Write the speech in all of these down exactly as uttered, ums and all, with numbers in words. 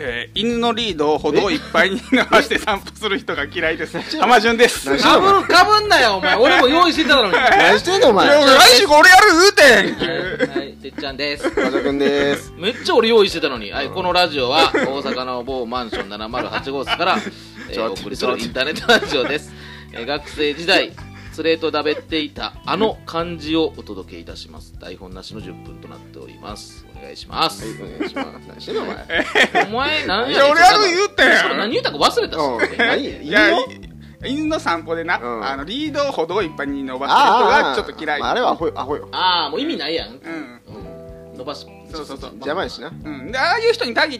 えー、犬のリードを歩道いっぱいに伸ばして散歩する人が嫌いです。浜順です。 かぶる、かぶんなよお前。俺も用意してたのに。 何してんのお前。 来週俺やる言うてん。はい、はい、てっちゃんです。 和田くんです。 めっちゃ俺用意してたのに。はい、このラジオは大阪の某マンションななまるはち号室から、えー、お送りするインターネットラジオです。えー、学生時代連れとだべっていたあの漢字をお届けいたします。台本なしのじゅっぷんとなっております。お願いします。 はい、お願いします。何してんのお前。 お前何や。いや俺やる言うてん。 何言ったか忘れたし。 何？いや犬の散歩でな、うん、あのリードを歩道いっぱいに伸ばしてる人がちょっと嫌い。 あ, あ, あれはアホよ、アホよ。 ああ、もう意味ないやん。うん。 うん、 伸ばす。 そうそうそう。 邪魔やしな。 うん。でああいう人に限って、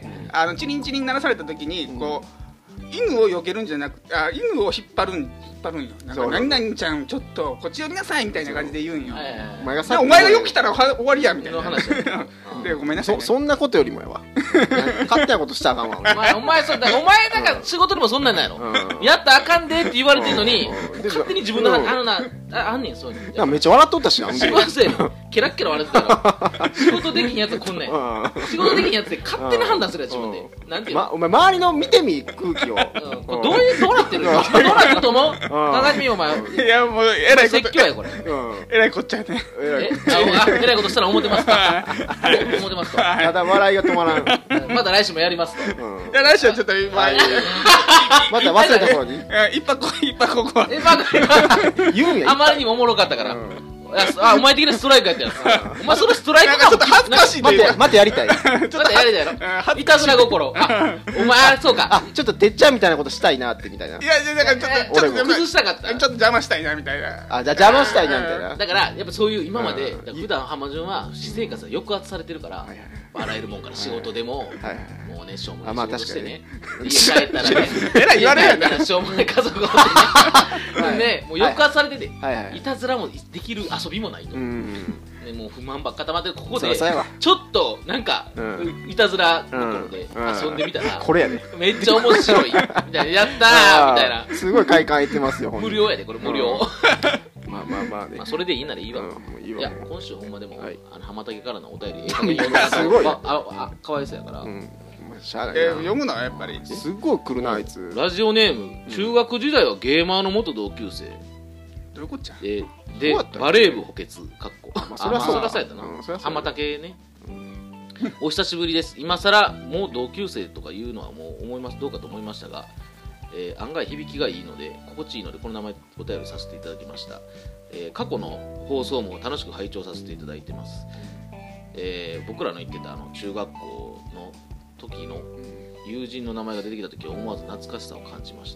あのチリンチリン鳴らされた時にこう、うん、犬を避けるんじゃなくて、あ犬を引っ張るん引っ張るんよ。なんか何々ちゃんちょっとこっち寄りなさいみたいな感じで言うんよ。お前がさ、お前がよく来たら終わりやみたいな話。でごめんなさい、ね、 そ, そんなことよりもやわ。勝手なことしたらあかんわ。 お前お前そうだお前なんか仕事でもそんなんないの、うん、やったらあかんでって言われてんのに、うん、勝手に自分の、うん、あのな あ, あんねんそういうの。 めっちゃ笑っとったしな。 すいません。ケラッケラ笑ってたら仕事できひんやつはこんなんや。仕事できひんやつで勝手に判断するやつ自分で。なんていうの、ま、 お前周りの見てみ空気を。 うん、これどういうどうなってるの？どうなってると思う？考えてみようお前。 いやもうえらいこと。 説教やこれ。 えらいこっちゃね。 ええらいことしたら思ってますか？思ってますか？ ただ笑いが止まらん。また来週もやりますと。 いや来週はちょっとまあまた忘れた頃に。 一泊一泊ここは。 一泊言うんや。 あまりにもおもろかったから。あ、お前的なストライクやったやつ。お前それストライクかちょっと恥ずかしい。 待って待ってやりたい。 ちょっとやりたいの。いたずら心。あ、お前あそうか。 あ、ちょっとてっちゃんみたいなことしたいなってみたいな。 いやいやだからちょっとちょっと崩したかった。 ちょっと邪魔したいなみたいな。 あ、じゃあ邪魔したいなみたいな。 だからやっぱそういう今まで普段浜順は私生活は抑圧されてるから。あらゆるもんから仕事でももうねしょうもない仕事してね。家帰ったらね。 えらい言われるやん。 しょうもない家族がおってね。ねもう抑圧されてていたずらもできる遊びもないと。ね、もう不満ばっか溜まってるここでちょっとなんか、うん、いたずら心で遊んでみたら、 これやねめっちゃ面白いみたいなやったーみたいなすごい快感いってますよ無料やでこれ無料まあまあまあね、 まあそれでいいならいいわ、うん、いいわいや今週ほんまでも、はい、あの浜竹からのお便りすごいああかわいそうやから、うんしゃあないな、えー、読むのはやっぱりすごい来るなあいつ。 ラジオネーム、うん、中学時代はゲーマーの元同級生。 どういうこっちゃ。 ででバレー部補欠かっこ。 あ、それはそうだ。 そうやったな。浜竹ね。お久しぶりです。今更もう同級生とか言うのはもう思いますどうかと思いましたが、えー、案外響きがいいので心地いいのでこの名前お便りさせていただきました。えー、過去の放送も楽しく拝聴させていただいてます。えー、僕らの行ってたあの中学校の時の友人の名前が出てきた時は思わず懐かしさを感じました。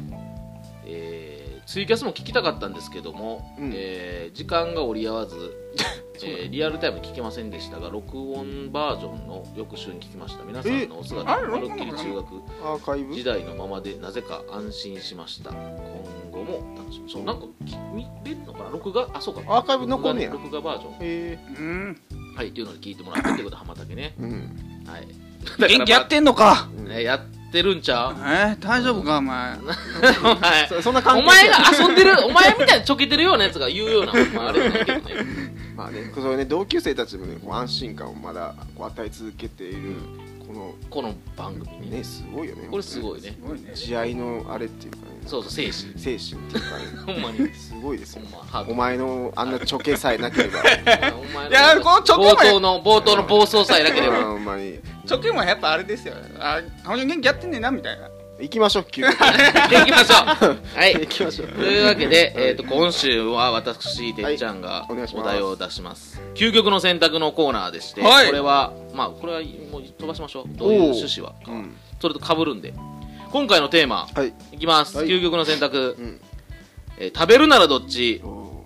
えー、ツイキャスも聞きたかったんですけども、うん、えー、時間が折り合わず、えー、リアルタイムに聞けませんでしたが録音バージョンの翌週に聞きました。皆さんのお姿まるっきり中学時代のままでなぜか安心しました。今後も楽しみ。そうなんか見れるのかな録画。あそうかアーカイブ残んねや録画バージョン。 へー、うん、 はいっていうので聞いてもらったってことで浜竹ね、うん、はい。 元気やってんのか、 ね、やってるんちゃう。 えー、大丈夫かお前お前 そ, そんな関係お前が遊んでるお前みたいにちょけてるようなやつが言うような、まあ、あれだけどねまあね、それね同級生たちもねこう安心感をまだこう与え続けているこのこの番組ね, ねすごいよね。 これすごいね。 慈愛のあれっていうかね。 そうそう精神精神っていうかねほんまにすごいですよ。お前のあんなちょけさえなければいやこのちょけも冒頭の冒頭の暴走さえなければほんまにちょけもやっぱあれですよ。あ浜順元気やってんねんなみたいな。 行きましょう急に行きましょうはい行きましょうというわけで、えー、と今週は私てっちゃんがお題を出します。究極の選択のコーナーでして、はい、これはまあこれはもう飛ばしましょう。どういう趣旨は、うん、それと被るんで今回のテーマ、はい、いきます、はい、究極の選択、うんえー、食べるならどっち。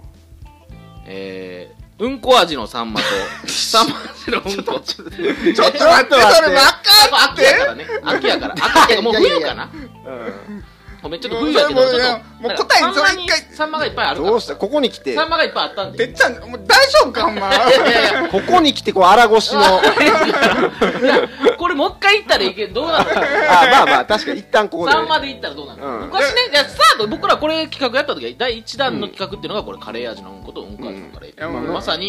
えーうんこ味のサンマとサンマ味のうんこ。ちょっと待って、それ分かって秋やからね。秋やから秋ってかもう冬かな。ごめんちょっと冬やけどちょっともう答えにそれ一回サンマがいっぱいあるから。 どうしたここに来てサンマがいっぱいあったんで。 てっちゃんもう大丈夫かお前ここに来てこう腹ごしのこれもう一回行ったらいいけどどうなの。あまあまあ確かに一旦ここでサンマで行ったらどうなの。昔ねいやスタート僕らこれ企画やった時はだいいちだんの企画っていうのがこれカレー味のうんことうんこ味のカレー。まさに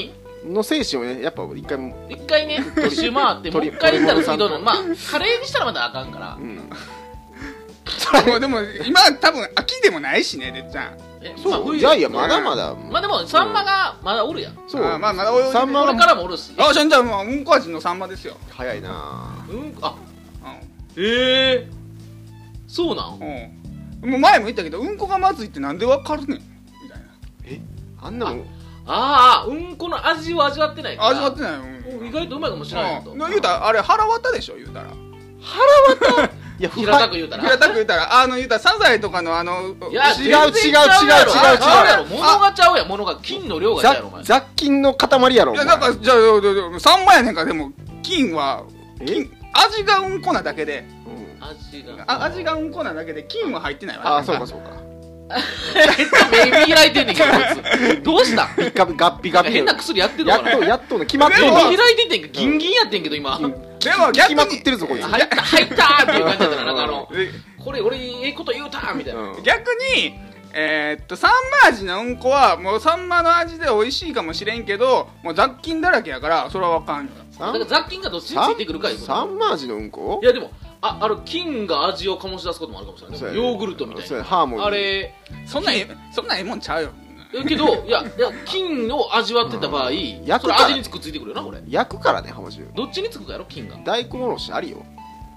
の精神をねやっぱ一回も一回ね一周回ってもう一回行ったら次どうなの。まあカレーにしたらまだあかんから、 うんもうでも今多分秋でもないしねてっちゃん。 えそう、 まあ冬いやいやまだまだまあでもサンマがまだおるやん。 そうあまあまだ泳いでサンマがこれからもおるし。 あじゃあじゃあもううんこ味のサンマですよ。 早いなうんあうええそうなん。 んうんもう前も言ったけどうんこがまずいってなんでわかるねんみたいな。 えあんなもんああうんこの味を味わってないから味わってないよ。うん意外とうまいかもしれないと。 うん言うたらあれ腹渡でしょ言うたら。 いや平たく言うたら平たく言うたらあの言うたらサザエとかのあのいや違う全然違う違う違うちゃうやろ違う物がちゃうやん。物が金の量がちゃうやろお前。 雑菌の塊やろお前いやなんかじゃあサンマやねんからでも金はえ金味がうんこなだけでうん味があ味がうんこなだけで金は入ってないわ。 あそうかそうか目見開いてんねんけどこいつどうしたピッカピガッピガッピ変な薬やってんのやかな。 っとやっとね決まってでもるわ目開いてんねんけどギンギンやってんけど今でも逆決まってにるぞこいつ入った入ったーっていう感じだったらなんかあのえこれ俺ええこと言うたーみたいな。 うん逆にえーっとサンマ味のうんこはもうサンマの味で美味しいかもしれんけどもう雑菌だらけやからそれはわかんよ。 サンだから雑菌がどっちについてくるかいうこと。 サンマ味のうんこいやでもああの菌が味を醸し出すこともあるかもしれないね。 そうやねヨーグルトみたいそうやなハーモニーあれそんなえそんなええもんちゃうよ。 えけどいやいや菌を味わってた場合焼くからそれ味にくっついてくるよなこれ。 焼くからね浜中どっちにつくかやろ菌が。 大根おろしありよ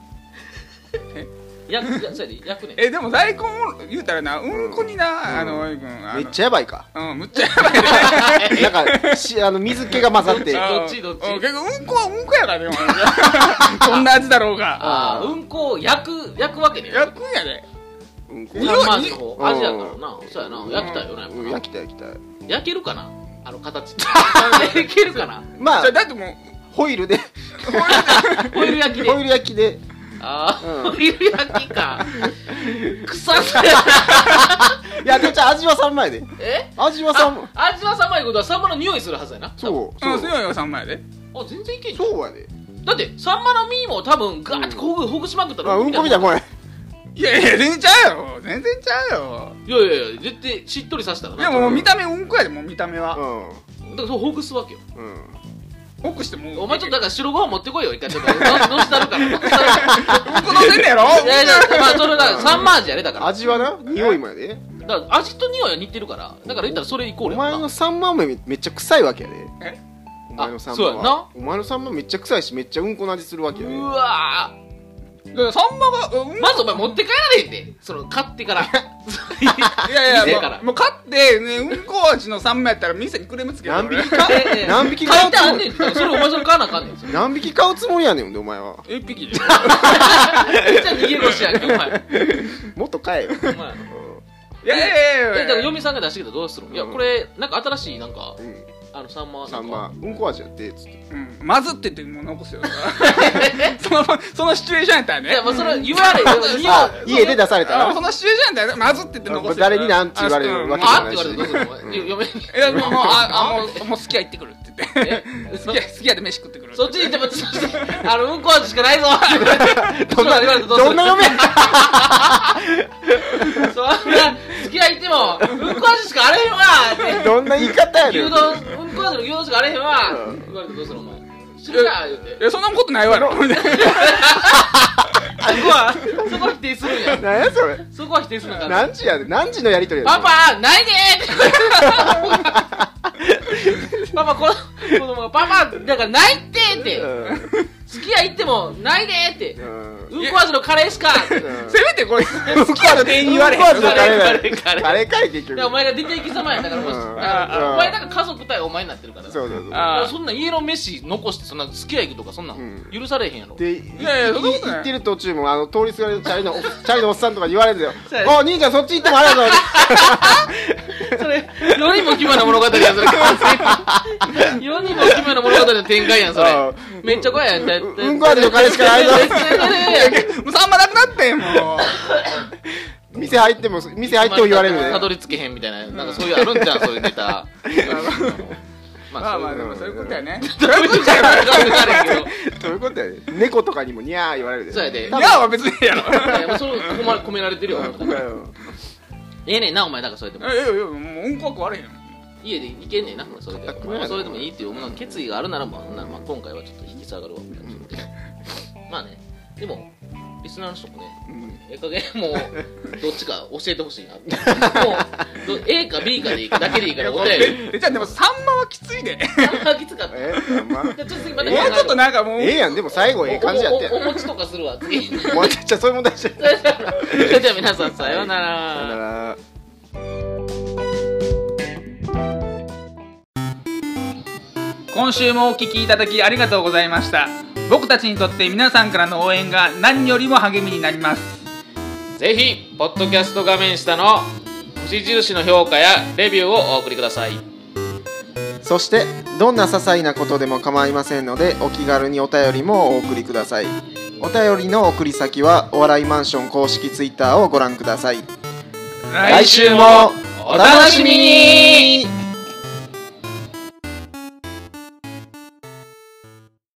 焼くいやそうやで焼くねん。 えでも大根を言うたらなうんこになあのあのめっちゃやばいかうんむっちゃやばいね。 なんかしあの水気が混ざってあどっちどっちうん結構うんこはうんこやからねもうどんな味だろうがああうんこを焼く焼くわけね。 焼くんやで。 うんこ匂いサンマ味の方うん味やからな。そうやな焼きたいよねやっぱうんな。 焼きたい焼きたい焼けるかなあの形焼けるかな。 まあじゃあだってもうホイルでホイル焼きでホイル焼きでああ、 うんホイル焼きか臭さいやでもじゃあ味はサンマやでえ味はサンマあ味はサンマいうことはサンマの匂いするはずやな。 そううんそう強いよサンマやで。 あ全然いけんじゃん。 そうやでだってサンマの身も多分ガーッてほぐほぐしまくったらあうんこみたいなもんやいやいや全然ちゃうよ全然ちゃうよ。 いやいやいや絶対しっとりさせたらな。 でももう見た目うんこやでもう見た目はうだからそうほぐすわけよ。 んうんほくしてもうお前ちょっとだから白ご飯持ってこいよ一回ちょっとののしたるからのしたるからうんこのせんねやろ。 いやいやまあそれだサンマ味やねだから味はな匂いもやでだから味と匂いは似てるからだから言ったらそれイコールやんな。 お前のサンマもめめっちゃ臭いわけやでえお前のサンマあそうやなはお前のサンマめっちゃ臭いしめっちゃうんこの味するわけやでうわだからサンマがうんーまずお前持って帰られへんでその買ってからいやい店からやもうもう買ってねうんこ味のサンマやったら店にクレームつける何俺匹かええ何匹書いてあん買うつもりねんってだからそれお前それ買わなあかんねんそれ何匹買うつもりやねんほんでお前は一匹でめっちゃ逃げ腰やんけお前もっと買えよお前いやいやいえやいやだから嫁さんが出してきたらどうするのいやこれなんか新しいなんかうんあのサンマサンマうんこ味やってつってうんまずって言ってもう残すよそのそのシチュエーションやったらねいやもうそれ言われよあ家で出されたらあそのシチュエーションやったらまずって言って残すよ誰になんて言われるわけじゃあって言われてどうするのお前嫁にいやもうもうああもうもう好きや行ってくるって言ってえ好きや好きやで飯食ってくるそっちに行ってもちょっとあのうんこ味しかないぞどんな言われてどうするどんな嫁そんな好きや行ってもうんこ味しかあれへんわってどんな言い方やねん牛丼うんこ味の牛丼しかあれへんわうん言われてどうするお前知るか言うていやそんなことないわろそこはそこは否定するんや何やそれそこは否定するんだ何時やで何時のやりとりやパパないでーってパパこの子供がパパだからないってーって好きや言ってもないでーってうんうんこ味のカレーしかってせめてこれ好きやの店員に言われへんうんこ味のカレーカレーカレーカレーかい結局でお前が出て行きざまやだからもしうんだからうんお前だから家族対お前になってるからそうそうそうだからあそんな家の飯残してそんな好きや行くとかそんなうん許されへんやろでいやいやそんなことない行ってる途中もあの通りすがりのチャリのチャリのおっさんとかに言われるよそうやお兄ちゃんそっち行ってもありがとうそれよにも奇妙な物語やんそれ完全によにも奇妙な物語の展開やんそれあめっちゃ怖いやんううんこ味のカレーしかないぞもうサンマなくなってんもう店入っても店入っても言われるでたどり着けへんみたいななんかそういうあるんじゃんそういうネタまあまあでもそういうことやねそういうことやから分からへんけどどういうことやね猫とかにもニャー言われるでそうやでいやは別にやろいやもうそれ込ま込められてるようんええねんなお前だからそうやってもいやいやいやもううんこは食われへんよい家で行けんねんなそれで、まあ、それでもいいっていう、まあ、決意があるならば、まあ、今回はちょっと引き下がるわみたいな、うん、まあねでもリスナーの人もね、うん、ええ加減もうどっちか教えてほしいなもう A か B かでいいかだけでいいからお便りじゃあでもサンマはきついでサンマはきつかったえー、まじゃあちょっと今ねもうちょっとなんかもうええやんでも最後ええ感じやったやんお餅とかするわ次もうじゃあそういう問題じゃじゃあ皆さんさようならさようなら。 今週もお聞きいただきありがとうございました。僕たちにとって皆さんからの応援が何よりも励みになります。 ぜひポッドキャスト画面下の星印の評価やレビューをお送りください。 そしてどんな些細なことでも構いませんのでお気軽にお便りもお送りください。お便りの送り先はお笑いマンション公式ツイッターをご覧ください。 来週もお楽しみに。